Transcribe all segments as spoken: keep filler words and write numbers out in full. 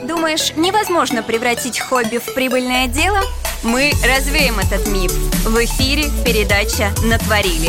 Думаешь, невозможно превратить хобби в прибыльное дело? Мы развеем этот миф. В эфире передача «Натворили».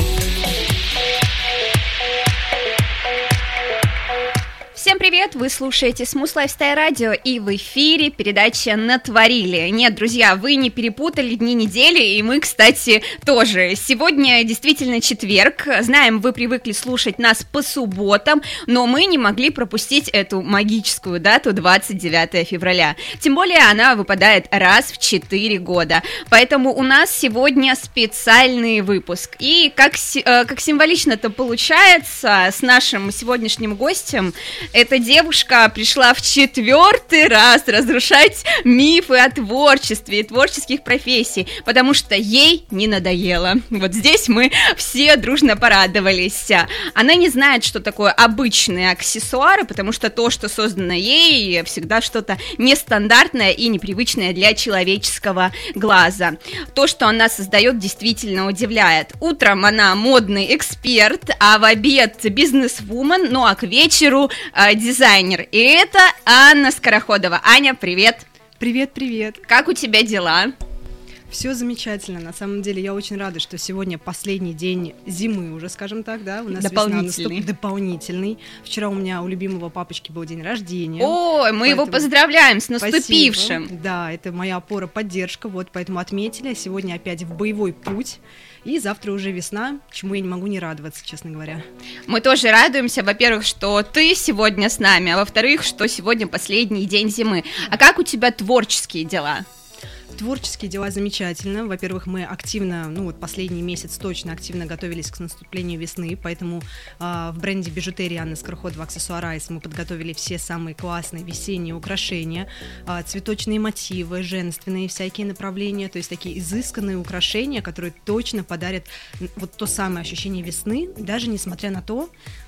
Всем привет! Вы слушаете Smooth Lifestyle Radio, и в эфире передача «Натворили». Нет, друзья, вы не перепутали дни недели, и мы, кстати, тоже. Сегодня действительно четверг. Знаем, вы привыкли слушать нас по субботам, но мы не могли пропустить эту магическую дату двадцать девятое февраля. Тем более она выпадает раз в четыре года. Поэтому у нас сегодня специальный выпуск. И как, как символично-то получается, с нашим сегодняшним гостем, эта девушка пришла в четвертый раз разрушать мифы о творчестве и творческих профессий, потому что ей не надоело. Вот здесь мы все дружно порадовались. Она не знает, что такое обычные аксессуары, потому что то, что создано ей, всегда что-то нестандартное и непривычное для человеческого глаза. То, что она создает, действительно удивляет. Утром она модный эксперт, а в обед бизнес-вумен, ну а к вечеру дизайнер. И это Анна Скороходова. Аня, привет! Привет-привет! Как у тебя дела? Все замечательно. На самом деле я очень рада, что сегодня последний день зимы уже, скажем так, да? У нас дополнительный. Наступ... дополнительный. Вчера у меня у любимого папочки был день рождения. Ой, мы поэтому... его поздравляем с наступившим. Спасибо. Да, это моя опора, поддержка, вот, поэтому отметили. Сегодня опять в боевой путь. И завтра уже весна, чему я не могу не радоваться, честно говоря. Мы тоже радуемся, во-первых, что ты сегодня с нами, а во-вторых, что сегодня последний день зимы. А как у тебя творческие дела? Творческие дела замечательно. Во-первых, мы активно, ну вот последний месяц точно активно готовились к наступлению весны, поэтому э, в бренде бижутерии Анны Скороходовой Accessories мы подготовили все самые классные весенние украшения, э, цветочные мотивы, женственные всякие направления, то есть такие изысканные украшения, которые точно подарят вот то самое ощущение весны, даже несмотря на то,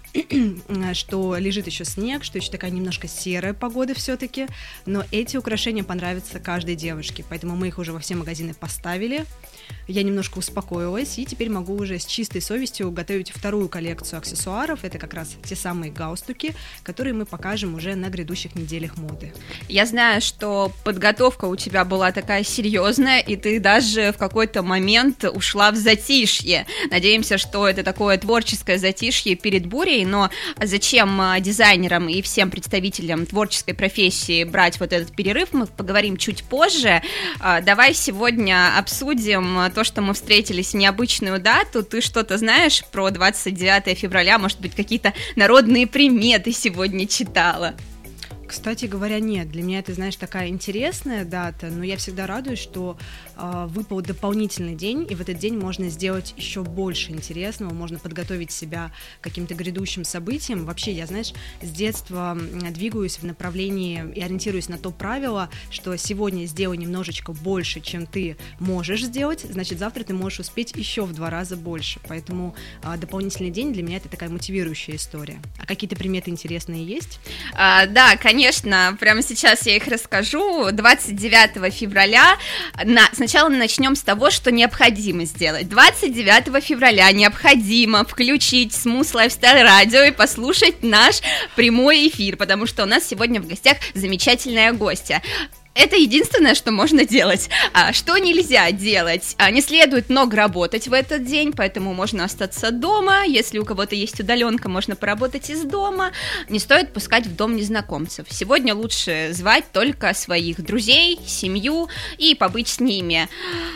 что лежит еще снег, что еще такая немножко серая погода все-таки, но эти украшения понравятся каждой девушке, поэтому мы их уже во все магазины поставили. Я немножко успокоилась, и теперь могу уже с чистой совестью готовить вторую коллекцию аксессуаров. Это как раз те самые галстуки, которые мы покажем уже на грядущих неделях моды. Я знаю, что подготовка у тебя была такая серьезная, и ты даже в какой-то момент ушла в затишье. Надеемся, что это такое творческое затишье перед бурей, но зачем дизайнерам и всем представителям творческой профессии брать вот этот перерыв, мы поговорим чуть позже. Давай сегодня обсудим то, что мы встретились в необычную дату. Ты что-то знаешь про двадцать девятое февраля? Может быть, какие-то народные приметы сегодня читала? Кстати говоря, нет. Для меня это, знаешь, такая интересная дата, но я всегда радуюсь, что э, выпал дополнительный день, и в этот день можно сделать еще больше интересного, можно подготовить себя к каким-то грядущим событиям. Вообще, я, знаешь, с детства двигаюсь в направлении и ориентируюсь на то правило, что сегодня сделай немножечко больше, чем ты можешь сделать, значит, завтра ты можешь успеть еще в два раза больше. Поэтому э, дополнительный день для меня это такая мотивирующая история. А какие-то приметы интересные есть? А, да, конечно. Конечно, прямо сейчас я их расскажу. двадцать девятого февраля, на... сначала начнем с того, что необходимо сделать. двадцать девятого февраля необходимо включить Smooth Lifestyle Radio и послушать наш прямой эфир, потому что у нас сегодня в гостях замечательная гостья. Это единственное, что можно делать. А что нельзя делать? А, не следует много работать в этот день, поэтому можно остаться дома. Если у кого-то есть удаленка, можно поработать из дома. Не стоит пускать в дом незнакомцев. Сегодня лучше звать только своих друзей, семью и побыть с ними.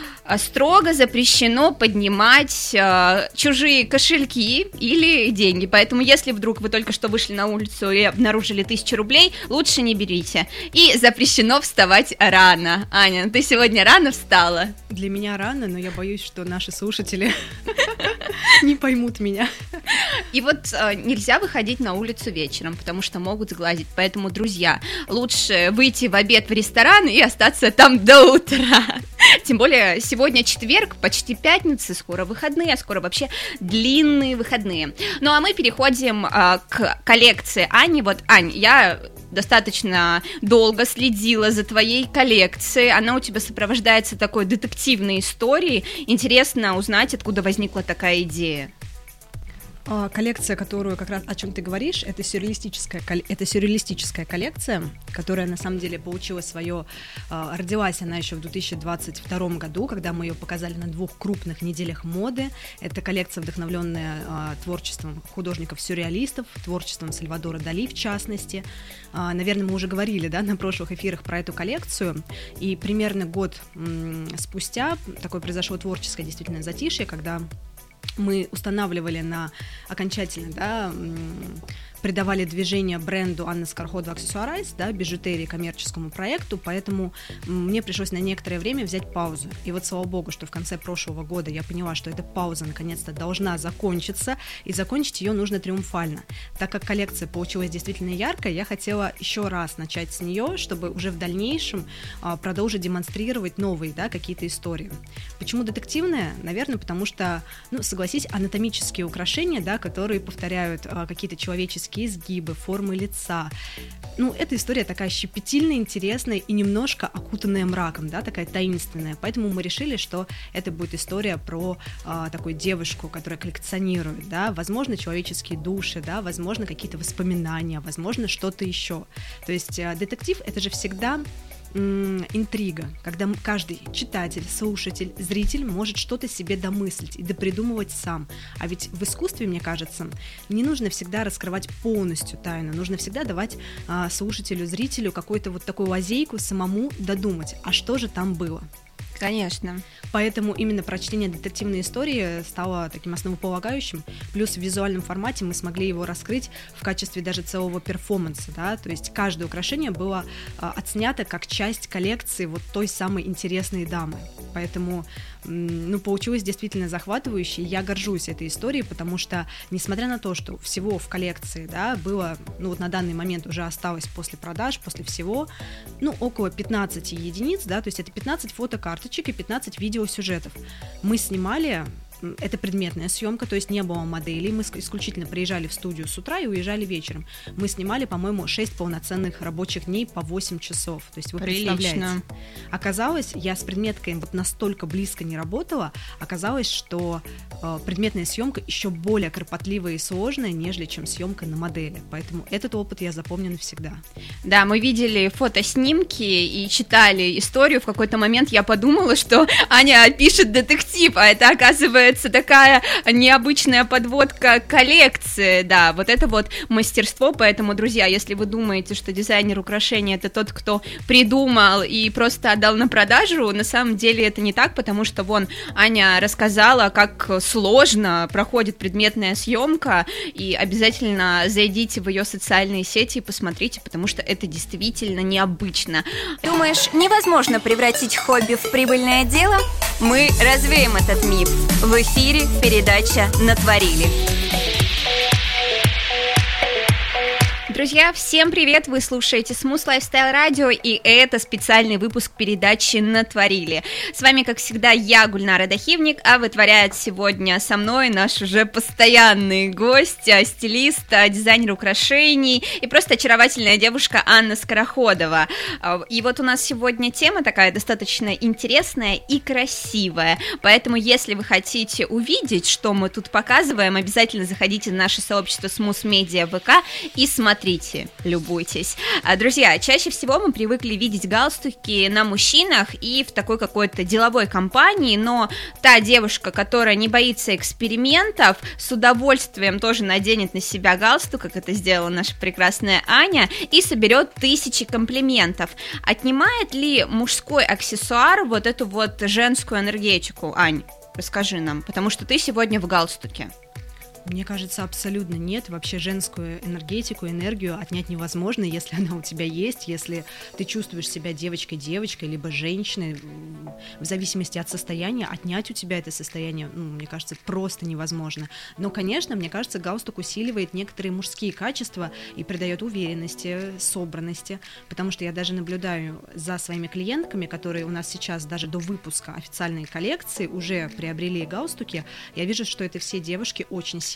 Строго запрещено поднимать э, чужие кошельки или деньги, поэтому если вдруг вы только что вышли на улицу и обнаружили тысячу рублей, лучше не берите. И запрещено вставать рано. Аня, ты сегодня рано встала? Для меня рано, но я боюсь, что наши слушатели не поймут меня. И вот э, нельзя выходить на улицу вечером, потому что могут сглазить, поэтому, друзья, лучше выйти в обед в ресторан и остаться там до утра. Тем более сегодня четверг, почти пятница, скоро выходные, а скоро вообще длинные выходные. Ну а мы переходим а, к коллекции Ани. Вот, Ань, я достаточно долго следила за твоей коллекцией, она у тебя сопровождается такой детективной историей. Интересно узнать, откуда возникла такая идея. Коллекция, которую как раз о чем ты говоришь, это сюрреалистическая, это сюрреалистическая коллекция, которая на самом деле получила свое, родилась она еще в две тысячи двадцать втором году, когда мы ее показали на двух крупных неделях моды. Это коллекция, вдохновленная творчеством художников-сюрреалистов, творчеством Сальвадора Дали в частности. Наверное, мы уже говорили, да, на прошлых эфирах про эту коллекцию, и примерно год спустя такое произошло творческое действительно затишье, когда мы устанавливали на окончательно, да, придавали движение бренду Анна Скороходова Accessories, да, бижутерии, коммерческому проекту, поэтому мне пришлось на некоторое время взять паузу. И вот слава богу, что в конце прошлого года я поняла, что эта пауза наконец-то должна закончиться, и закончить ее нужно триумфально. Так как коллекция получилась действительно яркой, я хотела еще раз начать с нее, чтобы уже в дальнейшем а, продолжить демонстрировать новые, да, какие-то истории. Почему детективная? Наверное, потому что, ну, согласись, анатомические украшения, да, которые повторяют а, какие-то человеческие изгибы, формы лица. Ну, эта история такая щепетильная, интересная и немножко окутанная мраком, да, такая таинственная. Поэтому мы решили, что это будет история про а, такую девушку, которая коллекционирует, да, возможно, человеческие души, да, возможно, какие-то воспоминания, возможно, что-то еще. То есть а, детектив — это же всегда интрига, когда каждый читатель, слушатель, зритель может что-то себе домыслить и допридумывать сам. А ведь в искусстве, мне кажется, не нужно всегда раскрывать полностью тайну, нужно всегда давать а, слушателю, зрителю какую-то вот такую лазейку самому додумать, а что же там было. Конечно. Поэтому именно прочтение детективной истории стало таким основополагающим. Плюс в визуальном формате мы смогли его раскрыть в качестве даже целого перформанса, да? То есть каждое украшение было а, отснято как часть коллекции вот той самой интересной дамы. Поэтому, ну, получилось действительно захватывающе. Я горжусь этой историей, потому что, несмотря на то, что всего в коллекции, да, было, ну, вот на данный момент уже осталось после продаж, после всего, ну, около пятнадцать единиц, да, то есть это пятнадцать фотокарточек и пятнадцать видеосюжетов. Мы снимали... Это предметная съемка, то есть не было моделей. Мы исключительно приезжали в студию с утра и уезжали вечером. Мы снимали, по-моему, шесть полноценных рабочих дней по восемь часов. То есть вы Прилично. Представляете. Оказалось, я с предметкой вот настолько близко не работала, оказалось, что э, предметная съемка еще более кропотливая и сложная, нежели чем съемка на модели. Поэтому этот опыт я запомню навсегда. Да, мы видели фотоснимки и читали историю. В какой-то момент я подумала, что Аня пишет детектив, а это, оказывается, такая необычная подводка коллекции, да, вот это вот мастерство, поэтому, друзья, если вы думаете, что дизайнер украшений — это тот, кто придумал и просто отдал на продажу, на самом деле это не так, потому что, вон, Аня рассказала, как сложно проходит предметная съемка, и обязательно зайдите в ее социальные сети и посмотрите, потому что это действительно необычно. Думаешь, невозможно превратить хобби в прибыльное дело? Мы развеем этот миф. В эфире передача «Натворили». Друзья, всем привет! Вы слушаете Smooth Lifestyle Radio, и это специальный выпуск передачи «Натворили». С вами, как всегда, я, Гульнара Дахивник, а вытворяет сегодня со мной наш уже постоянный гость, стилист, дизайнер украшений и просто очаровательная девушка Анна Скороходова. И вот у нас сегодня тема такая достаточно интересная и красивая, поэтому если вы хотите увидеть, что мы тут показываем, обязательно заходите в наше сообщество Smooth Media вэ ка и смотрите. Любуйтесь. Друзья, чаще всего мы привыкли видеть галстуки на мужчинах и в такой какой-то деловой компании, но та девушка, которая не боится экспериментов, с удовольствием тоже наденет на себя галстук, как это сделала наша прекрасная Аня, и соберет тысячи комплиментов. Отнимает ли мужской аксессуар вот эту вот женскую энергетику? Ань, расскажи нам, потому что ты сегодня в галстуке. Мне кажется, абсолютно нет. Вообще женскую энергетику, энергию отнять невозможно, если она у тебя есть, если ты чувствуешь себя девочкой-девочкой, либо женщиной, в зависимости от состояния, отнять у тебя это состояние, ну, мне кажется, просто невозможно. Но, конечно, мне кажется, галстук усиливает некоторые мужские качества и придает уверенности, собранности, потому что я даже наблюдаю за своими клиентками, которые у нас сейчас даже до выпуска официальной коллекции уже приобрели галстуки, я вижу, что это все девушки очень сильные,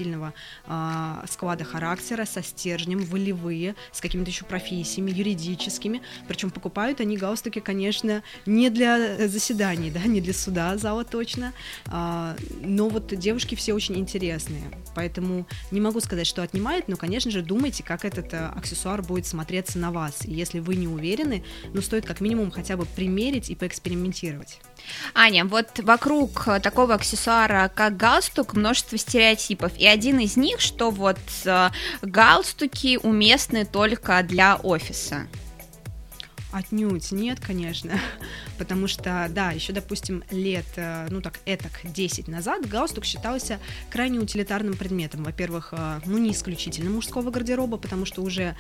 сильного э, склада характера, со стержнем, волевые, с какими-то еще профессиями, юридическими. Причем покупают они галстуки, конечно, не для заседаний, да, не для суда, зала точно, э, но вот девушки все очень интересные. Поэтому не могу сказать, что отнимает, но, конечно же, думайте, как этот э, аксессуар будет смотреться на вас. И если вы не уверены, ну, стоит как минимум хотя бы примерить и поэкспериментировать. Аня, вот вокруг такого аксессуара, как галстук, множество стереотипов, и один из них, что вот э, галстуки уместны только для офиса. Отнюдь нет, конечно, потому что, да, еще, допустим, лет, ну так, этак, десять назад галстук считался крайне утилитарным предметом. Во-первых, ну не исключительно мужского гардероба, потому что уже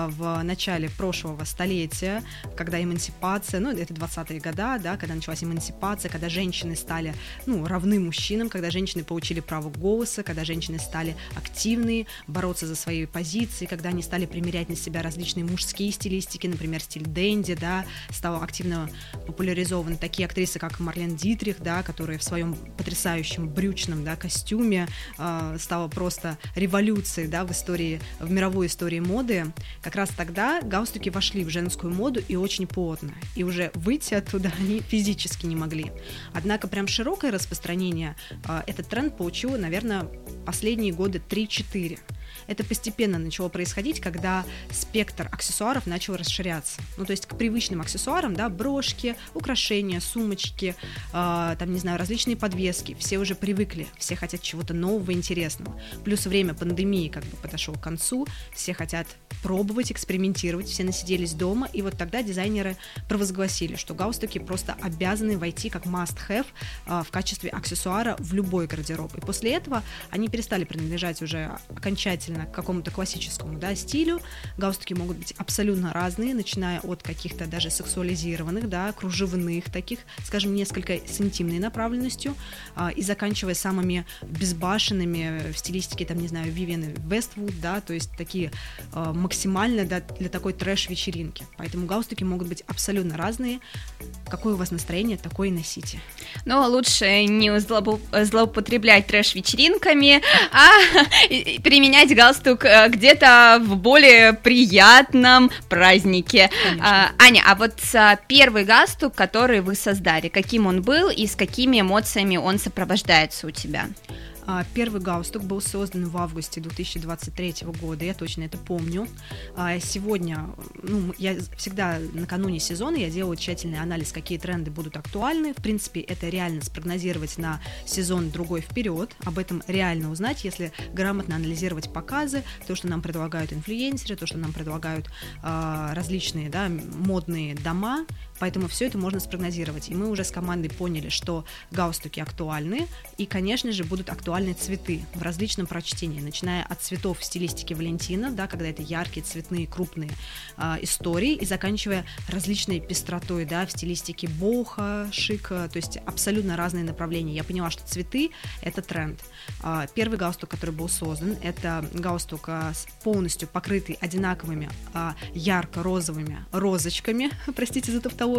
в начале прошлого столетия, когда эмансипация, ну это двадцатые годы, да, когда началась эмансипация, когда женщины стали, ну, равны мужчинам, когда женщины получили право голоса, когда женщины стали активные, бороться за свои позиции, когда они стали примерять на себя различные мужские стилистики, например, стиль дэнди, да, стал активно популяризован такие актрисы, как Марлен Дитрих, да, которая в своем потрясающем брючном, да, костюме э, стала просто революцией, да, в истории, в мировой истории моды. Как раз тогда галстуки вошли в женскую моду и очень плотно, и уже выйти оттуда они физически не могли. Однако прям широкое распространение э, этот тренд получил, наверное, последние годы три-четыре. Это постепенно начало происходить, когда спектр аксессуаров начал расширяться. Ну, то есть к привычным аксессуарам, да, брошки, украшения, сумочки, э, там, не знаю, различные подвески, все уже привыкли, все хотят чего-то нового, интересного. Плюс время пандемии как бы подошло к концу, все хотят пробовать, экспериментировать, все насиделись дома, и вот тогда дизайнеры провозгласили, что галстуки просто обязаны войти как must-have э, в качестве аксессуара в любой гардероб. И после этого они перестали принадлежать уже окончательно к какому-то классическому, да, стилю. Галстуки могут быть абсолютно разные, начиная от каких-то даже сексуализированных, да, кружевных таких, скажем, несколько с интимной направленностью, а, и заканчивая самыми безбашенными в стилистике, там, не знаю, Вивиан Вествуд, да, то есть такие а, максимально, да, для такой трэш-вечеринки. Поэтому галстуки могут быть абсолютно разные. Какое у вас настроение, такое и носите. Но лучше не злоупотреблять трэш-вечеринками, а применять галстук где-то в более приятном празднике. А, Аня, а вот а, первый галстук, который вы создали, каким он был и с какими эмоциями он сопровождается у тебя? Первый галстук был создан в августе две тысячи двадцать третьего года, я точно это помню. Сегодня, ну, я всегда накануне сезона я делаю тщательный анализ, какие тренды будут актуальны. В принципе, это реально спрогнозировать на сезон другой вперед. Об этом реально узнать, если грамотно анализировать показы, то, что нам предлагают инфлюенсеры, то, что нам предлагают э, различные, да, модные дома. Поэтому все это можно спрогнозировать. И мы уже с командой поняли, что галстуки актуальны, и, конечно же, будут актуальны цветы в различном прочтении, начиная от цветов в стилистике Валентина, да, когда это яркие, цветные, крупные э, истории, и заканчивая различной пестротой, да, в стилистике боха, шика, то есть абсолютно разные направления. Я поняла, что цветы — это тренд. Э, первый галстук, который был создан, это галстук э, полностью покрытый одинаковыми э, ярко-розовыми розочками, простите за тавтологию,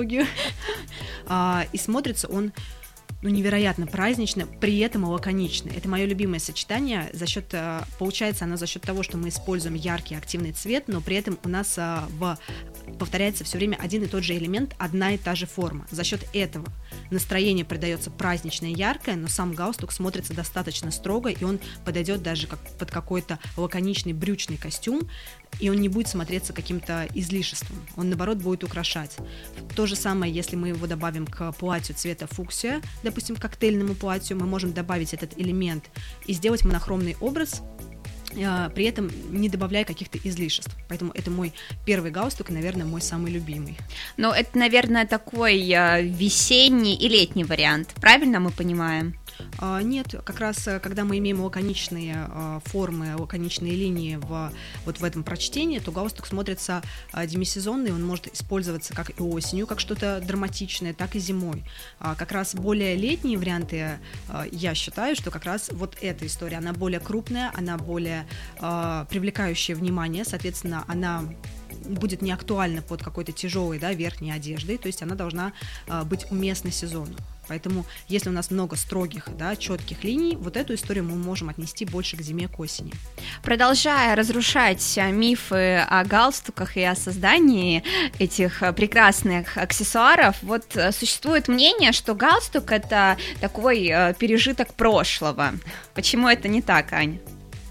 и смотрится он, ну, невероятно празднично, при этом и лаконично. Это мое любимое сочетание. За счет, получается оно за счет того, что мы используем яркий активный цвет, но при этом у нас в, повторяется все время один и тот же элемент, одна и та же форма. За счет этого настроение придается праздничное, яркое, но сам галстук смотрится достаточно строго, и он подойдет даже как под какой-то лаконичный брючный костюм, и он не будет смотреться каким-то излишеством. Он, наоборот, будет украшать. То же самое, если мы его добавим к платью цвета фуксия, допустим, к коктейльному платью, мы можем добавить этот элемент и сделать монохромный образ, при этом не добавляя каких-то излишеств. Поэтому это мой первый галстук и, наверное, мой самый любимый. Но это, наверное, такой весенний и летний вариант, правильно мы понимаем? Нет, как раз когда мы имеем лаконичные формы, лаконичные линии в, вот в этом прочтении, то галстук смотрится демисезонный, он может использоваться как и осенью, как что-то драматичное, так и зимой. Как раз более летние варианты, я считаю, что как раз вот эта история, она более крупная, она более привлекающая внимание, соответственно, она будет не актуальна под какой-то тяжелой, да, верхней одеждой, то есть она должна быть уместна сезону. Поэтому, если у нас много строгих, да, четких линий, вот эту историю мы можем отнести больше к зиме, к осени. Продолжая разрушать мифы о галстуках и о создании этих прекрасных аксессуаров, вот существует мнение, что галстук — это такой пережиток прошлого. Почему это не так, Ань?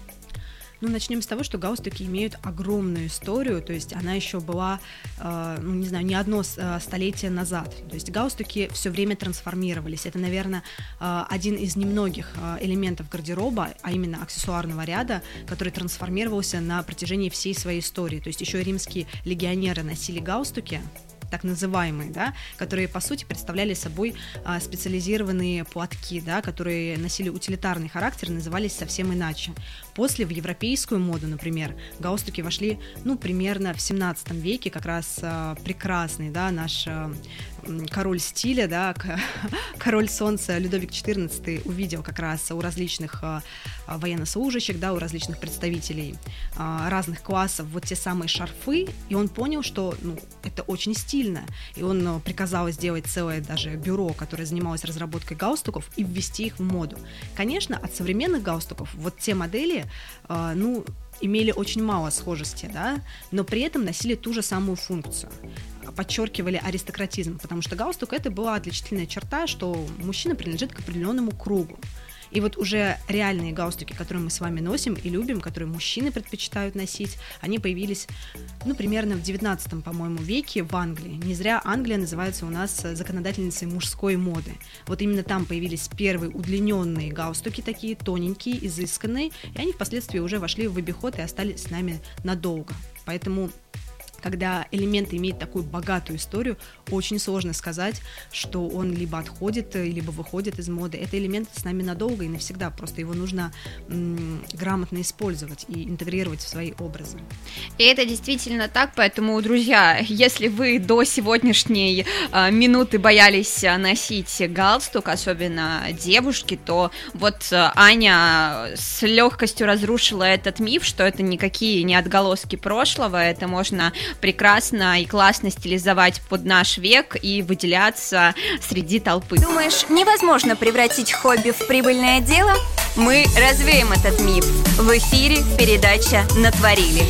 Ну, начнем с того, что галстуки имеют огромную историю, то есть она еще была, э, ну, не знаю, не одно столетие назад. То есть галстуки все время трансформировались. Это, наверное, э, один из немногих э, элементов гардероба, а именно аксессуарного ряда, который трансформировался на протяжении всей своей истории. То есть еще римские легионеры носили галстуки, так называемые, да, которые, по сути, представляли собой а, специализированные платки, да, которые носили утилитарный характер и назывались совсем иначе. После в европейскую моду, например, галстуки вошли, ну, примерно в семнадцатом веке, как раз а, прекрасный, да, наш а, король стиля, да, король солнца Людовик четырнадцатый увидел как раз у различных а, военнослужащих, да, у различных представителей а, разных классов вот те самые шарфы, и он понял, что, ну, это очень стильно. И он приказал сделать целое даже бюро, которое занималось разработкой галстуков, и ввести их в моду. Конечно, от современных галстуков вот те модели, э, ну, имели очень мало схожести, да, но при этом носили ту же самую функцию. Подчеркивали аристократизм, потому что галстук — это была отличительная черта, что мужчина принадлежит к определенному кругу. И вот уже реальные галстуки, которые мы с вами носим и любим, которые мужчины предпочитают носить, они появились, ну, примерно в девятнадцатом, по-моему, веке в Англии. Не зря Англия называется у нас законодательницей мужской моды. Вот именно там появились первые удлиненные галстуки, такие тоненькие, изысканные, и они впоследствии уже вошли в обиход и остались с нами надолго. Поэтому, когда элемент имеет такую богатую историю, очень сложно сказать, что он либо отходит, либо выходит из моды. Это элемент с нами надолго и навсегда, просто его нужно м- грамотно использовать и интегрировать в свои образы. И это действительно так, поэтому, друзья, если вы до сегодняшней э, минуты боялись носить галстук, особенно девушки, то вот э, Аня с легкостью разрушила этот миф, что это никакие не отголоски прошлого, это можно прекрасно и классно стилизовать под наш век и выделяться среди толпы. Думаешь, невозможно превратить хобби в прибыльное дело? Мы развеем этот миф. В эфире передача «Натворили».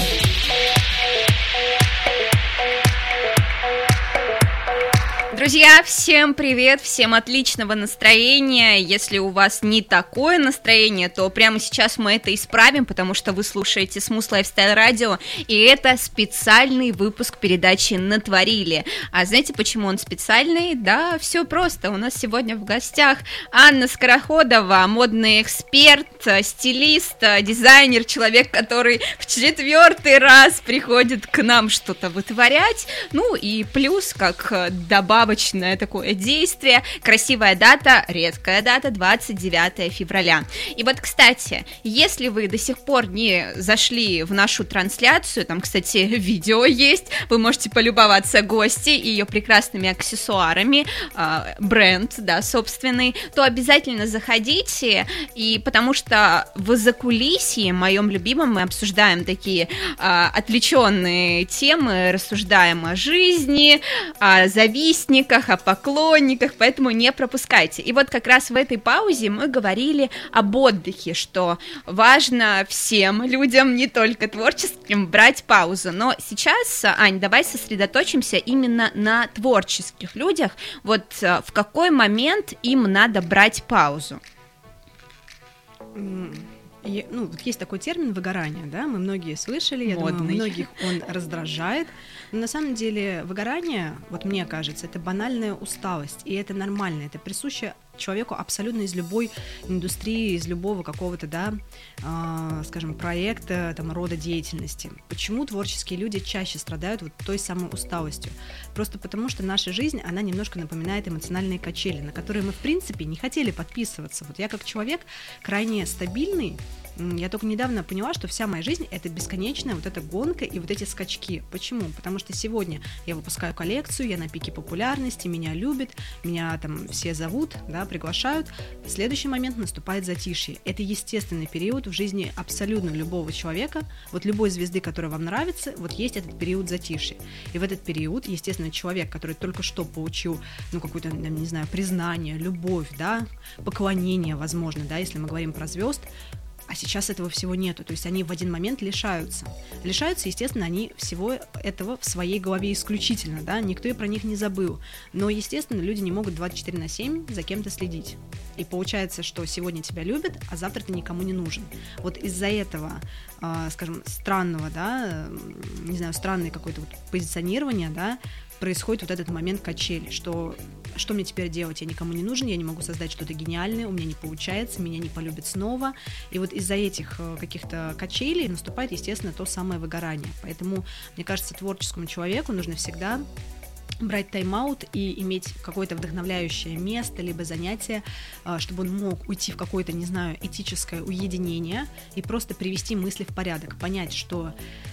Друзья, всем привет, всем отличного настроения. Если у вас не такое настроение, то прямо сейчас мы это исправим, потому что вы слушаете Smooth Lifestyle Radio, и это специальный выпуск передачи «Натворили». А знаете, почему он специальный? Да, все просто. У нас сегодня в гостях Анна Скороходова, модный эксперт, стилист, дизайнер, человек, который в четвертый раз приходит к нам что-то вытворять. Ну и плюс, как добавочное такое действие, красивая дата, редкая дата, двадцать девятое февраля. И вот, кстати, если вы до сих пор не зашли в нашу трансляцию, там, кстати, видео есть, вы можете полюбоваться гостьей и ее прекрасными аксессуарами, э, бренд, да, собственный, то обязательно заходите, и потому что в закулисье, моем любимом, мы обсуждаем такие э, отвлеченные темы, рассуждаем о жизни, о завистниках, о поклонниках, поэтому не пропускайте. И вот как раз в этой паузе мы говорили об отдыхе, что важно всем людям, не только творческим, брать паузу. Но сейчас, Ань, давай сосредоточимся именно на творческих людях. Вот в какой момент им надо брать паузу? И, ну, вот есть такой термин выгорание, да, мы многие слышали, я Модный. думаю, многих он раздражает, но на самом деле выгорание, вот мне кажется, это банальная усталость, и это нормально, это присуще человеку абсолютно из любой индустрии, из любого какого-то, да, э, скажем, проекта, там, рода деятельности. Почему творческие люди чаще страдают вот той самой усталостью? Просто потому, что наша жизнь, она немножко напоминает эмоциональные качели, на которые мы, в принципе, не хотели подписываться. Вот я как человек крайне стабильный, я только недавно поняла, что вся моя жизнь — это бесконечная вот эта гонка и вот эти скачки. Почему? Потому что сегодня я выпускаю коллекцию, я на пике популярности, меня любят, меня там все зовут, да, приглашают. В следующий момент наступает затишье. Это естественный период в жизни абсолютно любого человека. Вот любой звезды, которая вам нравится, вот есть этот период затишья. И в этот период, естественно, человек, который только что получил, ну, какое-то, не знаю, признание, любовь, да, поклонение, возможно, да, если мы говорим про звезд, а сейчас этого всего нету, то есть они в один момент лишаются. Лишаются, естественно, они всего этого в своей голове исключительно, да, никто и про них не забыл. Но, естественно, люди не могут двадцать четыре на семь за кем-то следить. И получается, что сегодня тебя любят, а завтра ты никому не нужен. Вот из-за этого, э, скажем, странного, да, не знаю, странное какое-то вот позиционирование, да, происходит вот этот момент качели, что что мне теперь делать, я никому не нужен, я не могу создать что-то гениальное, у меня не получается, меня не полюбят снова, и вот из-за этих каких-то качелей наступает, естественно, то самое выгорание, поэтому, мне кажется, творческому человеку нужно всегда брать тайм-аут и иметь какое-то вдохновляющее место, либо занятие, чтобы он мог уйти в какое-то, не знаю, этическое уединение и просто привести мысли в порядок, понять, что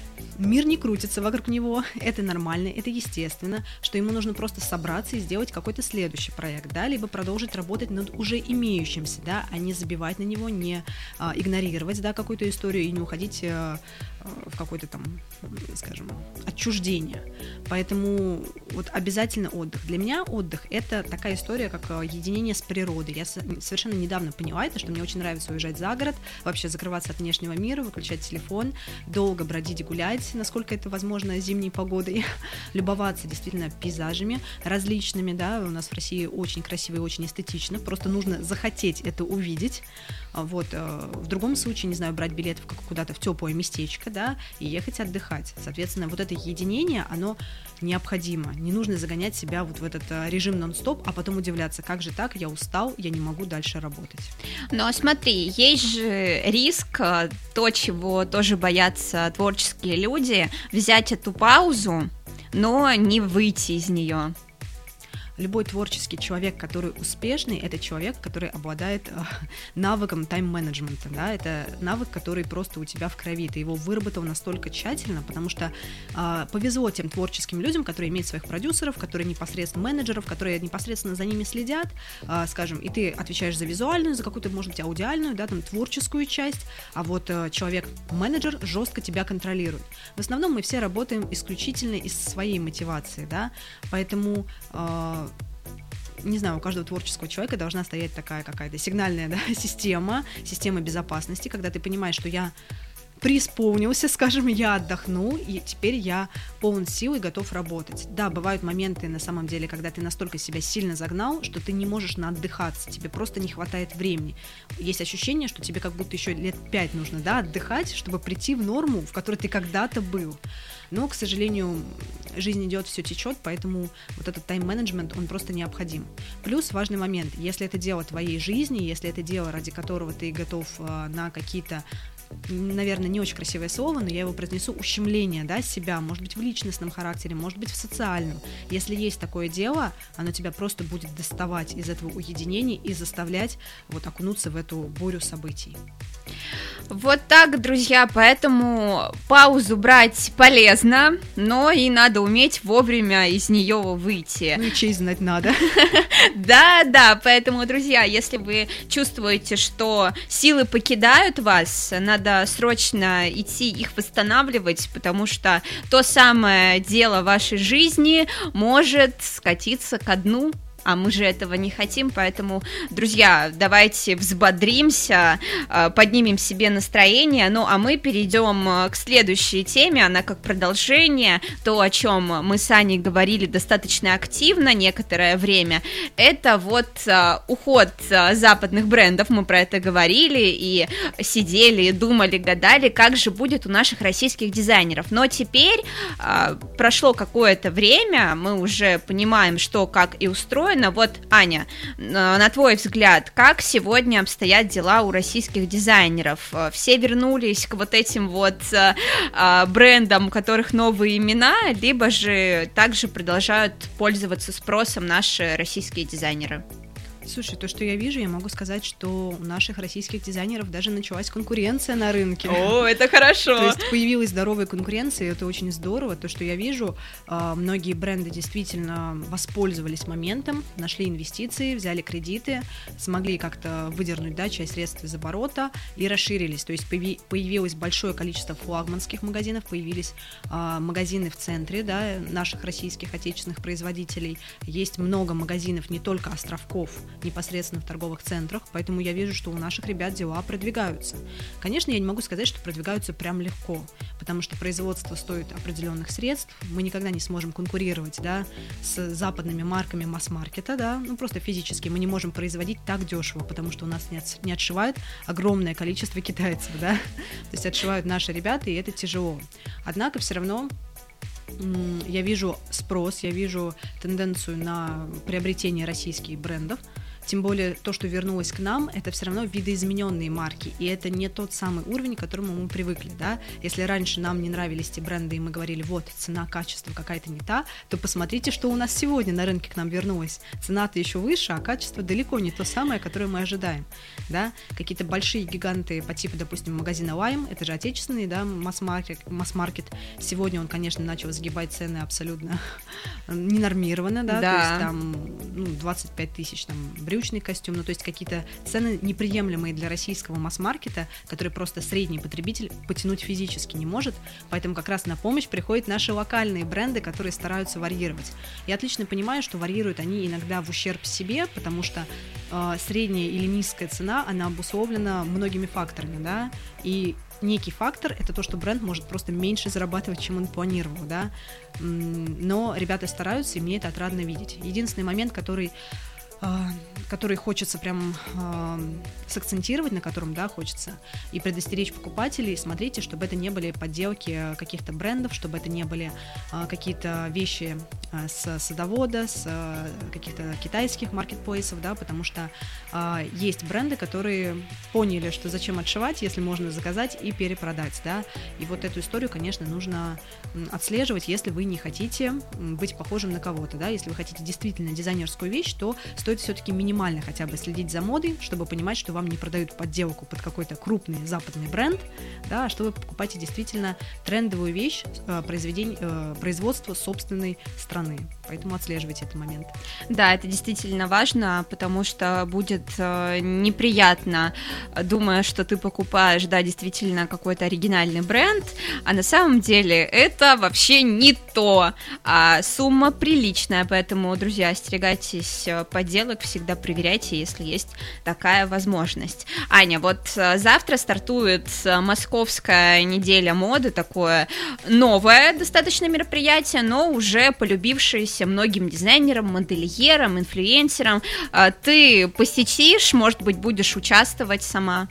мир не крутится вокруг него, это нормально, это естественно, что ему нужно просто собраться и сделать какой-то следующий проект, да, либо продолжить работать над уже имеющимся, да, а не забивать на него, не а, игнорировать, да, какую-то историю и не уходить а, в какое-то там, скажем, отчуждение. Поэтому вот обязательно отдых. Для меня отдых — это такая история, как единение с природой. Я совершенно недавно поняла это, что мне очень нравится уезжать за город, вообще закрываться от внешнего мира, выключать телефон, долго бродить, гулять, насколько это возможно зимней погодой, любоваться действительно пейзажами различными, да, у нас в России очень красиво и очень эстетично, просто нужно захотеть это увидеть. Вот, в другом случае, не знаю, брать билет куда-то в теплое местечко, да, и ехать отдыхать. Соответственно, вот это единение, оно необходимо. Не нужно загонять себя вот в этот режим нон-стоп, а потом удивляться, как же так, я устал, я не могу дальше работать. Но смотри, есть же риск, то, чего тоже боятся творческие люди, взять эту паузу, но не выйти из нее. Любой творческий человек, который успешный, это человек, который обладает э, навыком тайм-менеджмента, да, это навык, который просто у тебя в крови, ты его выработал настолько тщательно, потому что э, повезло тем творческим людям, которые имеют своих продюсеров, которые непосредственно менеджеров, которые непосредственно за ними следят, э, скажем, и ты отвечаешь за визуальную, за какую-то, может быть, аудиальную, да, там, творческую часть, а вот э, человек-менеджер жестко тебя контролирует. В основном мы все работаем исключительно из своей мотивации, да, поэтому э, не знаю, у каждого творческого человека должна стоять такая какая-то сигнальная, да, система, система безопасности, когда ты понимаешь, что я преисполнился, скажем, я отдохнул, и теперь я полон сил и готов работать. Да, бывают моменты, на самом деле, когда ты настолько себя сильно загнал, что ты не можешь наотдыхаться, тебе просто не хватает времени. Есть ощущение, что тебе как будто еще лет пять нужно, да, отдыхать, чтобы прийти в норму, в которой ты когда-то был. Но, к сожалению, жизнь идет, все течет, поэтому вот этот тайм-менеджмент, он просто необходим. Плюс важный момент, если это дело твоей жизни, если это дело, ради которого ты готов э, на какие-то, наверное, не очень красивое слово, но я его произнесу, ущемление, да, себя, может быть, в личностном характере, может быть, в социальном. Если есть такое дело, оно тебя просто будет доставать из этого уединения и заставлять вот окунуться в эту бурю событий. Вот так, друзья, поэтому паузу брать полезно, но и надо уметь вовремя из нее выйти. Ну и честь знать надо. Да, да, поэтому, друзья, если вы чувствуете, что силы покидают вас, надо срочно идти их восстанавливать, потому что то самое дело вашей жизни может скатиться ко дну. А мы же этого не хотим, поэтому, друзья, давайте взбодримся, поднимем себе настроение, ну а мы перейдем к следующей теме, она как продолжение, то, о чем мы с Аней говорили достаточно активно некоторое время, это вот уход западных брендов, мы про это говорили и сидели, думали, гадали, как же будет у наших российских дизайнеров, но теперь прошло какое-то время, мы уже понимаем, что, как и устроено. Вот, Аня, на твой взгляд, как сегодня обстоят дела у российских дизайнеров? Все вернулись к вот этим вот брендам, у которых новые имена, либо же также продолжают пользоваться спросом наши российские дизайнеры? Слушай, то, что я вижу, я могу сказать, что у наших российских дизайнеров даже началась конкуренция на рынке. О, это хорошо. То есть появилась здоровая конкуренция, и это очень здорово. То, что я вижу, многие бренды действительно воспользовались моментом, нашли инвестиции, взяли кредиты, смогли как-то выдернуть, да, часть средств из оборота и расширились. То есть появилось большое количество флагманских магазинов, появились магазины в центре, да, наших российских отечественных производителей. Есть много магазинов, не только островков, непосредственно в торговых центрах, поэтому я вижу, что у наших ребят дела продвигаются. Конечно, я не могу сказать, что продвигаются прям легко, потому что производство стоит определенных средств, мы никогда не сможем конкурировать, да, с западными марками масс-маркета, да, ну просто физически мы не можем производить так дешево, потому что у нас не, от, не отшивает огромное количество китайцев, да, то есть отшивают наши ребята, и это тяжело. Однако все равно я вижу спрос, я вижу тенденцию на приобретение российских брендов. Тем более то, что вернулось к нам, это все равно видоизмененные марки, и это не тот самый уровень, к которому мы привыкли, да. Если раньше нам не нравились те бренды, и мы говорили, вот, цена, качество какая-то не та, то посмотрите, что у нас сегодня на рынке к нам вернулось. Цена-то еще выше, а качество далеко не то самое, которое мы ожидаем, да. Какие-то большие гиганты по типу, допустим, магазина Lime, это же отечественный, да, масс-маркет, масс-маркет. Сегодня он, конечно, начал сгибать цены абсолютно ненормированно, да, да. То есть там ну, двадцать пять тысяч там брючный костюм, ну то есть какие-то цены неприемлемые для российского масс-маркета, которые просто средний потребитель потянуть физически не может, поэтому как раз на помощь приходят наши локальные бренды, которые стараются варьировать. Я отлично понимаю, что варьируют они иногда в ущерб себе, потому что э, средняя или низкая цена, она обусловлена многими факторами, да, и некий фактор — это то, что бренд может просто меньше зарабатывать, чем он планировал, да, но ребята стараются, и мне это отрадно видеть. Единственный момент, который который хочется прям э, сакцентировать, на котором, да, хочется, и предостеречь покупателей, смотрите, чтобы это не были подделки каких-то брендов, чтобы это не были э, какие-то вещи э, с садовода, с э, каких-то китайских маркетплейсов, да, потому что э, есть бренды, которые поняли, что зачем отшивать, если можно заказать и перепродать, да, и вот эту историю, конечно, нужно отслеживать, если вы не хотите быть похожим на кого-то, да, если вы хотите действительно дизайнерскую вещь, то стоит все-таки минимально хотя бы следить за модой, чтобы понимать, что вам не продают подделку под какой-то крупный западный бренд, да, а что вы покупаете действительно трендовую вещь, произведение, производство собственной страны. Поэтому отслеживайте этот момент. Да, это действительно важно, потому что будет неприятно, думая, что ты покупаешь, да, действительно какой-то оригинальный бренд, а на самом деле это вообще не то. А сумма приличная, поэтому, друзья, остерегайтесь подделок, всегда проверяйте, если есть такая возможность. Аня, вот завтра стартует Московская неделя моды, такое новое достаточно мероприятие, но уже полюбившееся многим дизайнерам, модельерам, инфлюенсерам. Ты посетишь, может быть, будешь участвовать сама?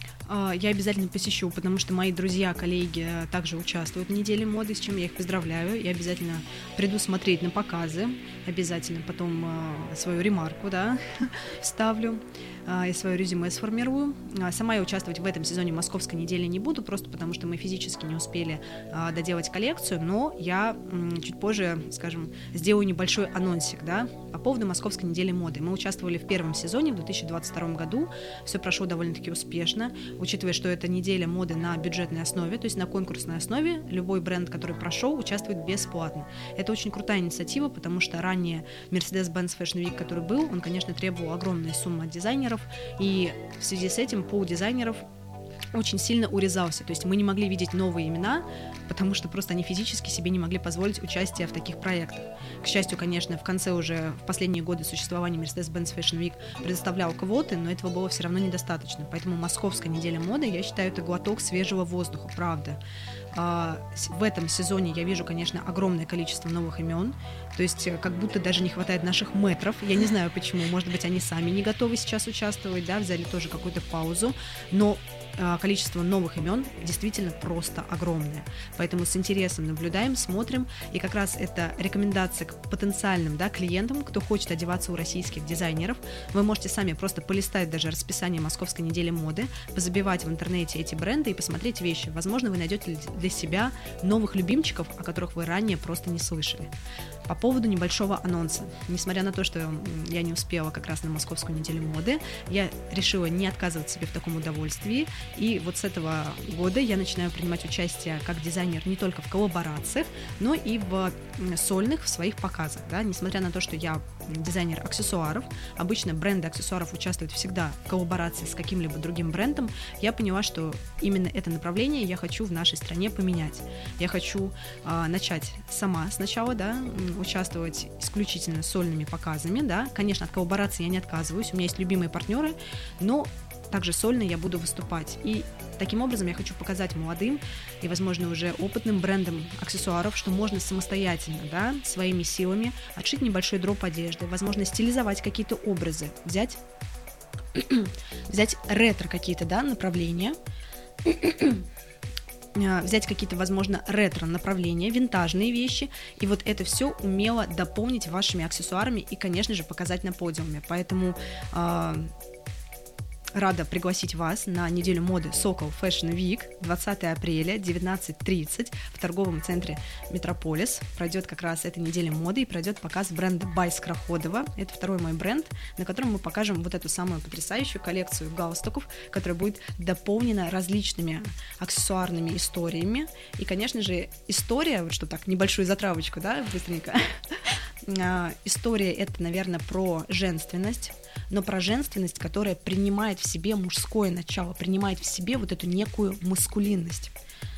Я обязательно посещу, потому что мои друзья, коллеги также участвуют в неделе моды, с чем я их поздравляю. Я обязательно приду смотреть на показы, обязательно потом свою ремарку, да, вставлю и свое резюме сформирую. Сама я участвовать в этом сезоне Московской недели не буду, просто потому что мы физически не успели доделать коллекцию, но я чуть позже, скажем, сделаю небольшой анонсик, да, по поводу Московской недели моды. Мы участвовали в первом сезоне в две тысячи двадцать втором году, все прошло довольно-таки успешно, учитывая, что это неделя моды на бюджетной основе, то есть на конкурсной основе, любой бренд, который прошел, участвует бесплатно. Это очень крутая инициатива, потому что ранее Mercedes-Benz Fashion Week, который был, он, конечно, требовал огромные суммы от дизайнеров, и в связи с этим пул дизайнеров очень сильно урезался, то есть мы не могли видеть новые имена, потому что просто они физически себе не могли позволить участие в таких проектах. К счастью, конечно, в конце уже, в последние годы существования Mercedes-Benz Fashion Week предоставлял квоты, но этого было все равно недостаточно, поэтому Московская неделя моды, я считаю, это глоток свежего воздуха, правда. В этом сезоне я вижу, конечно, огромное количество новых имен, то есть как будто даже не хватает наших мэтров, я не знаю почему, может быть, они сами не готовы сейчас участвовать, да, взяли тоже какую-то паузу, но количество новых имен действительно просто огромное. Поэтому с интересом наблюдаем, смотрим. И как раз это рекомендация к потенциальным, да, клиентам, кто хочет одеваться у российских дизайнеров. Вы можете сами просто полистать даже расписание Московской недели моды, позабивать в интернете эти бренды и посмотреть вещи. Возможно, вы найдете для себя новых любимчиков, о которых вы ранее просто не слышали. по поводу небольшого анонса. Несмотря на то, что я не успела как раз на Московскую неделю моды, я решила не отказывать себе в таком удовольствии, и вот с этого года я начинаю принимать участие как дизайнер не только в коллаборациях, но и в сольных в своих показах, да, несмотря на то, что я дизайнер аксессуаров, обычно бренды аксессуаров участвуют всегда в коллаборации с каким-либо другим брендом, я поняла, что именно это направление я хочу в нашей стране поменять. Я хочу э, начать сама сначала, да, участвовать исключительно сольными показами, да, конечно, от коллаборации я не отказываюсь, у меня есть любимые партнеры, но также сольно я буду выступать. И таким образом я хочу показать молодым и, возможно, уже опытным брендам аксессуаров, что можно самостоятельно, да, своими силами отшить небольшой дроп одежды, возможно, стилизовать какие-то образы, взять, взять ретро какие-то, да, направления, взять какие-то, возможно, ретро-направления, винтажные вещи, и вот это все умело дополнить вашими аксессуарами и, конечно же, показать на подиуме. Поэтому э, рада пригласить вас на неделю моды Сокол Fashion Week двадцатого апреля, девятнадцать тридцать в торговом центре Метрополис. Пройдет как раз эта неделя моды и пройдет показ бренда By Скороходова. Это второй мой бренд, на котором мы покажем вот эту самую потрясающую коллекцию галстуков, которая будет дополнена различными аксессуарными историями. И, конечно же, история, вот что так, небольшую затравочку, да, быстренько. История — это, наверное, про женственность, но про женственность, которая принимает в себе мужское начало, принимает в себе вот эту некую маскулинность.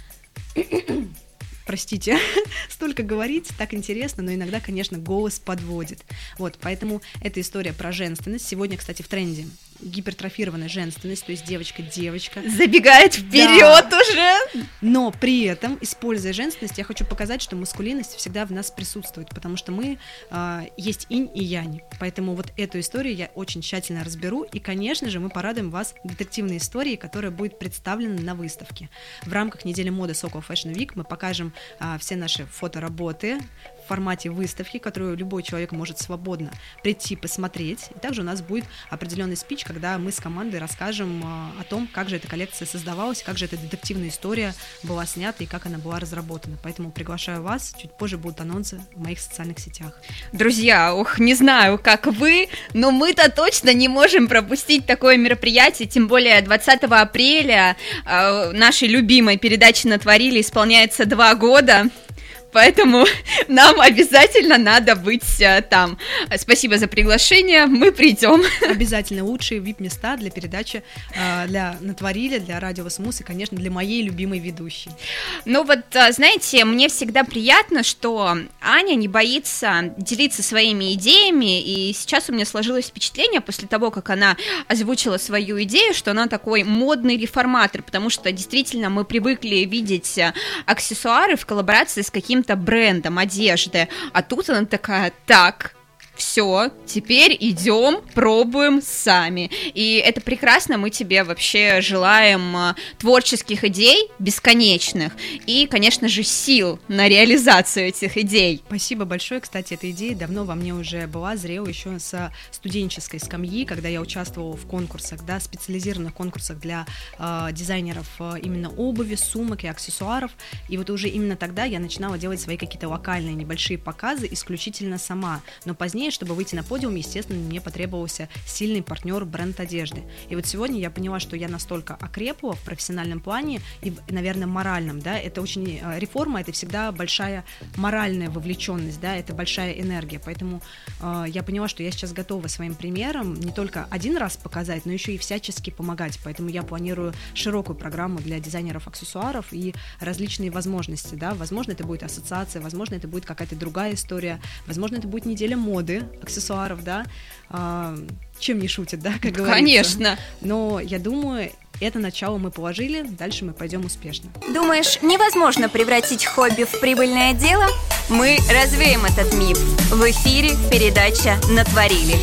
Простите, столько говорить, так интересно, но иногда, конечно, голос подводит. Вот, поэтому эта история про женственность. Сегодня, кстати, в тренде гипертрофированная женственность, то есть девочка-девочка. Забегает вперед, да, уже! Но при этом, используя женственность, я хочу показать, что маскулинность всегда в нас присутствует, потому что мы э, есть инь и янь. Поэтому вот эту историю я очень тщательно разберу, и, конечно же, мы порадуем вас детективной историей, которая будет представлена на выставке. В рамках недели моды Сокол Fashion Week мы покажем э, все наши фотоработы в формате выставки, которую любой человек может свободно прийти посмотреть. И также у нас будет определенный спич, когда мы с командой расскажем э, о том, как же эта коллекция создавалась, как же эта детективная история была снята и как она была разработана. Поэтому приглашаю вас, чуть позже будут анонсы в моих социальных сетях. Друзья, ух, не знаю, как вы, но мы-то точно не можем пропустить такое мероприятие, тем более двадцатого апреля э, нашей любимой передаче «Натворили» исполняется два года. Поэтому нам обязательно надо быть а, там. Спасибо за приглашение, мы придем. Обязательно лучшие ви ай пи-места для передачи, а, для «Натворили», для радио СМУС и, конечно, для моей любимой ведущей. Ну вот, знаете, мне всегда приятно, что Аня не боится делиться своими идеями, и сейчас у меня сложилось впечатление после того, как она озвучила свою идею, что она такой модный реформатор, потому что действительно мы привыкли видеть аксессуары в коллаборации с каким-то брендом одежды, а тут она такая: так, все, теперь идем, пробуем сами. И это прекрасно, мы тебе вообще желаем творческих идей бесконечных и, конечно же, сил на реализацию этих идей. Спасибо большое. Кстати, эта идея давно во мне уже была, зрела еще со студенческой скамьи, когда я участвовала в конкурсах, да, специализированных конкурсах для э, дизайнеров э, именно обуви, сумок и аксессуаров. И вот уже именно тогда я начинала делать свои какие-то локальные небольшие показы исключительно сама. Но позднее, чтобы выйти на подиум, естественно, мне потребовался сильный партнер, бренд одежды. И вот сегодня я поняла, что я настолько окрепла в профессиональном плане и, наверное, моральном, да, это очень, реформа, это всегда большая моральная вовлеченность, да, это большая энергия, поэтому э, я поняла, что я сейчас готова своим примером не только один раз показать, но еще и всячески помогать, поэтому я планирую широкую программу для дизайнеров аксессуаров и различные возможности, да, возможно, это будет ассоциация, возможно, это будет какая-то другая история, возможно, это будет неделя моды, аксессуаров, да, а, чем не шутят, да, как говорится. Конечно. Но я думаю, это начало мы положили, дальше мы пойдем успешно. Думаешь, невозможно превратить хобби в прибыльное дело? Мы развеем этот миф. В эфире передача «Натворили».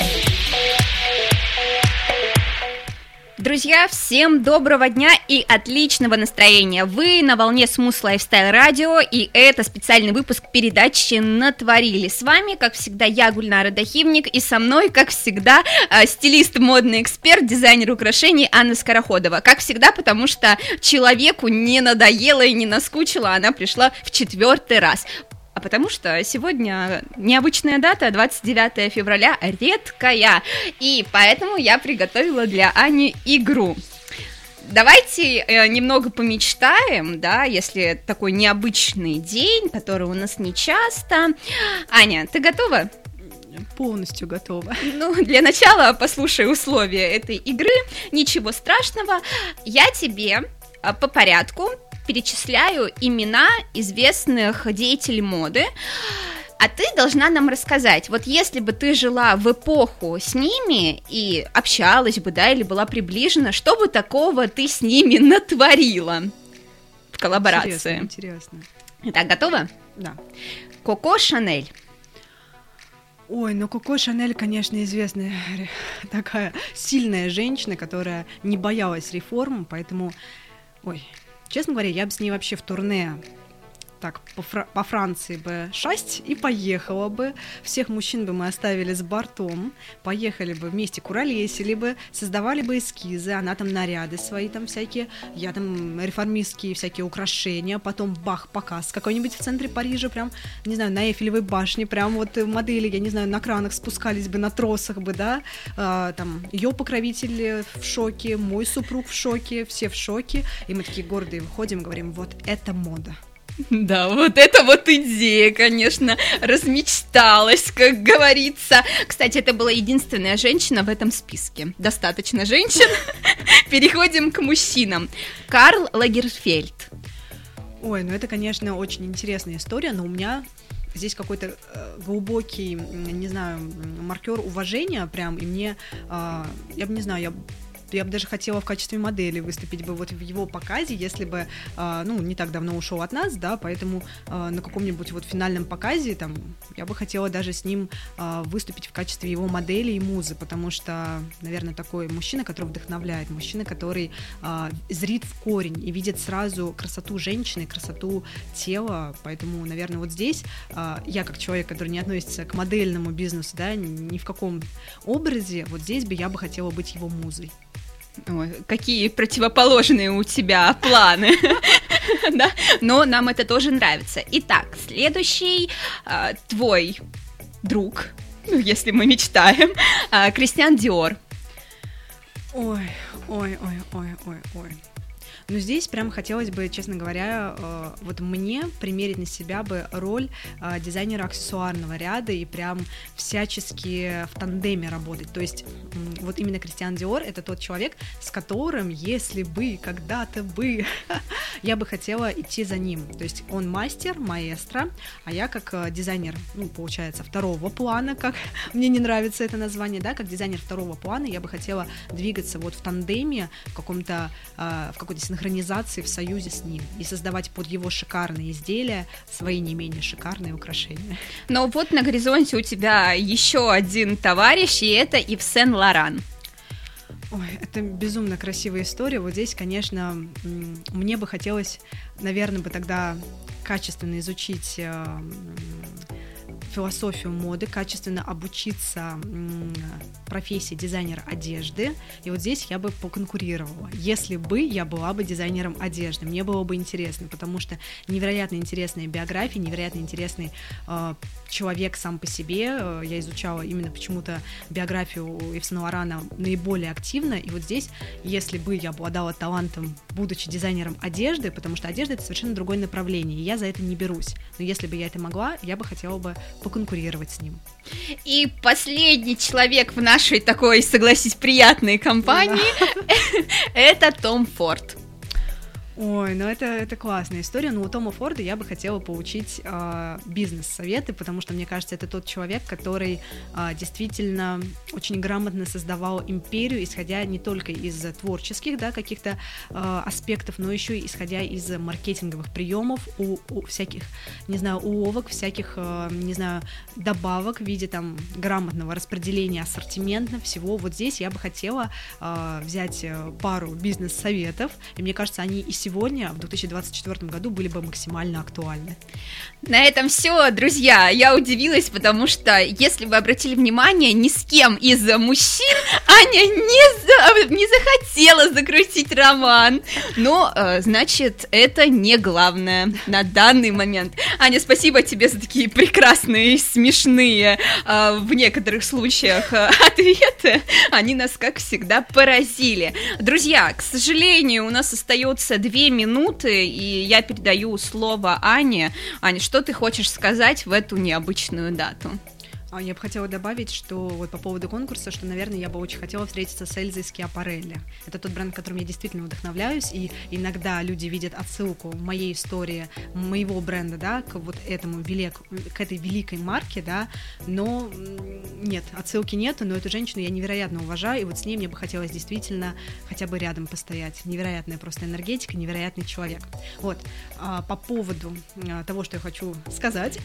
Друзья, всем доброго дня и отличного настроения! Вы на волне Smooth Lifestyle Radio, и это специальный выпуск передачи «Натворили». С вами, как всегда, я, Гульнара Дахивник, и со мной, как всегда, стилист, модный эксперт, дизайнер украшений Анна Скороходова. Как всегда, потому что человеку не надоело и не наскучило, она пришла в четвертый раз. потому что сегодня необычная дата, двадцать девятое февраля, редкая, и поэтому я приготовила для Ани игру. Давайте э, немного помечтаем, да, если такой необычный день, который у нас не часто. Аня, ты готова? Полностью готова. Ну, для начала послушай условия этой игры. Ничего страшного. Я тебе э, по порядку перечисляю имена известных деятелей моды. А ты должна нам рассказать, вот если бы ты жила в эпоху с ними и общалась бы, да, или была приближена, что бы такого ты с ними натворила в коллаборации? Интересно, интересно. Итак, готова? Да. Коко Шанель. Ой, ну Коко Шанель, конечно, известная такая сильная женщина, которая не боялась реформ, поэтому, ой, честно говоря, я бы с ней вообще в турне так по, Фра- по Франции бы шасть и поехала бы. Всех мужчин бы мы оставили с бортом, поехали бы вместе, куролесили бы, создавали бы эскизы, она там наряды свои там всякие, я там реформистские всякие украшения, потом бах, показ какой-нибудь в центре Парижа, прям, не знаю, на Эйфелевой башне, прям вот модели, я не знаю, на кранах спускались бы, на тросах бы, да, а, там, ее покровитель в шоке, мой супруг в шоке, все в шоке, и мы такие гордые выходим и говорим, вот это мода. Да, вот это вот идея, конечно, размечталась, как говорится. Кстати, это была единственная женщина в этом списке. Достаточно женщин. Переходим к мужчинам. Карл Лагерфельд. Ой, ну это, конечно, очень интересная история, но у меня здесь какой-то э, глубокий, не знаю, маркер уважения прям, и мне, э, я бы не знаю, я я бы даже хотела в качестве модели выступить бы вот в его показе, если бы, э, ну, не так давно ушел от нас, да, поэтому э, на каком-нибудь вот финальном показе, там, я бы хотела даже с ним э, выступить в качестве его модели и музы, потому что, наверное, такой мужчина, который вдохновляет, мужчина, который э, зрит в корень и видит сразу красоту женщины, красоту тела, поэтому, наверное, вот здесь э, я, как человек, который не относится к модельному бизнесу, да, ни в каком образе, вот здесь бы я бы хотела быть его музой. Ой, какие противоположные у тебя планы, да? Но нам это тоже нравится. Итак, следующий э, твой друг, ну, если мы мечтаем, э, Кристиан Диор. Ой, ой, ой, ой, ой, ой. Но здесь прям хотелось бы, честно говоря, э, вот мне примерить на себя бы роль э, дизайнера аксессуарного ряда и прям всячески в тандеме работать. То есть э, вот именно Кристиан Диор — это тот человек, с которым, если бы, когда-то бы, я бы хотела идти за ним. То есть он мастер, маэстро, а я как э, дизайнер, ну, получается, второго плана, как мне не нравится это название, да, как дизайнер второго плана, я бы хотела двигаться вот в тандеме, в каком-то, э, в какой-то синхронизации, в союзе с ним и создавать под его шикарные изделия свои не менее шикарные украшения. Но вот на горизонте у тебя еще один товарищ, и это Ив Сен-Лоран. Ой, это безумно красивая история. Вот здесь, конечно, мне бы хотелось, наверное, бы тогда качественно изучить философию моды, качественно обучиться профессии дизайнера одежды, и вот здесь я бы поконкурировала. Если бы я была бы дизайнером одежды, мне было бы интересно, потому что невероятно интересная биография, невероятно интересный э, человек сам по себе. Я изучала именно почему-то биографию Ив Сен-Лорана наиболее активно, и вот здесь, если бы я обладала талантом, будучи дизайнером одежды, потому что одежда — это совершенно другое направление, и я за это не берусь, но если бы я это могла, я бы хотела бы поконкурировать с ним. И последний человек в нашей такой, согласись, приятной компании — это Том Форд. Ой, ну это, это классная история, но у Тома Форда я бы хотела получить э, бизнес-советы, потому что, мне кажется, это тот человек, который э, действительно очень грамотно создавал империю, исходя не только из творческих, да, каких-то э, аспектов, но еще и исходя из маркетинговых приемов, у, у всяких, не знаю, уловок, всяких, э, не знаю, добавок в виде там грамотного распределения ассортимента, всего. Вот здесь я бы хотела э, взять пару бизнес-советов, и мне кажется, они из сегодня, в две тысячи двадцать четвёртом году, были бы максимально актуальны. На этом все, друзья. Я удивилась, потому что, если вы обратили внимание, ни с кем из мужчин Аня не, за... не захотела закрутить роман. Но, э, значит, это не главное на данный момент. Аня, спасибо тебе за такие прекрасные, смешные, э, в некоторых случаях, э, ответы. Они нас, как всегда, поразили. Друзья, к сожалению, у нас остается две минуты, и я передаю слово Ане. Аня, что ты хочешь сказать в эту необычную дату? Я бы хотела добавить, что вот по поводу конкурса, что, наверное, я бы очень хотела встретиться с Эльзой Скиапарелли. Это тот бренд, которым я действительно вдохновляюсь, и иногда люди видят отсылку в моей истории, моего бренда, да, к вот этому велик, к этой великой марке, да, но нет, отсылки нету, но эту женщину я невероятно уважаю, и вот с ней мне бы хотелось действительно хотя бы рядом постоять. Невероятная просто энергетика, невероятный человек. Вот, по поводу того, что я хочу сказать...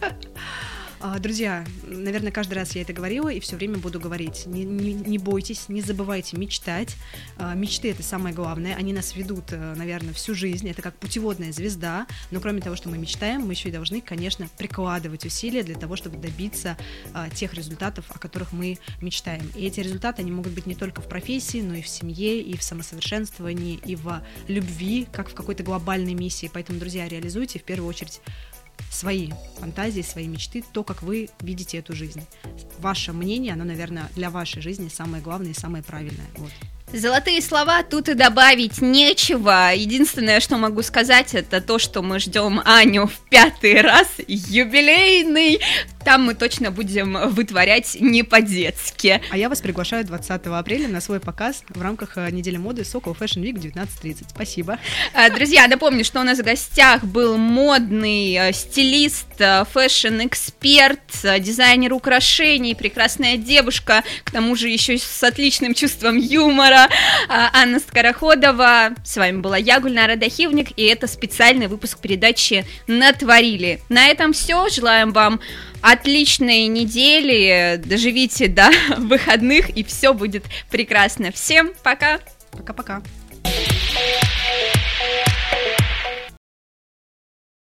Друзья, наверное, каждый раз я это говорила и все время буду говорить. Не, не, не бойтесь, не забывайте мечтать. Мечты — это самое главное. Они нас ведут, наверное, всю жизнь. Это как путеводная звезда. Но кроме того, что мы мечтаем, мы еще и должны, конечно, прикладывать усилия для того, чтобы добиться тех результатов, о которых мы мечтаем. И эти результаты, они могут быть не только в профессии, но и в семье, и в самосовершенствовании, и в любви, как в какой-то глобальной миссии. Поэтому, друзья, реализуйте в первую очередь свои фантазии, свои мечты, то, как вы видите эту жизнь. Ваше мнение, оно, наверное, для вашей жизни самое главное и самое правильное. Вот. Золотые слова, тут и добавить нечего. Единственное, что могу сказать, это то, что мы ждем Аню в пятый раз, юбилейный. Там мы точно будем вытворять не по-детски. А я вас приглашаю двадцатого апреля на свой показ в рамках недели моды Sokol Fashion Week девятнадцать тридцать. Спасибо. Друзья, напомню, что у нас в гостях был модный стилист, фэшн-эксперт, дизайнер украшений, прекрасная девушка, к тому же еще с отличным чувством юмора, Анна Скороходова. С вами была я, Гульнара Дахивник, и это специальный выпуск передачи «Натворили». На этом все. Желаем вам отличной недели, доживите до выходных, и все будет прекрасно. Всем пока! Пока-пока!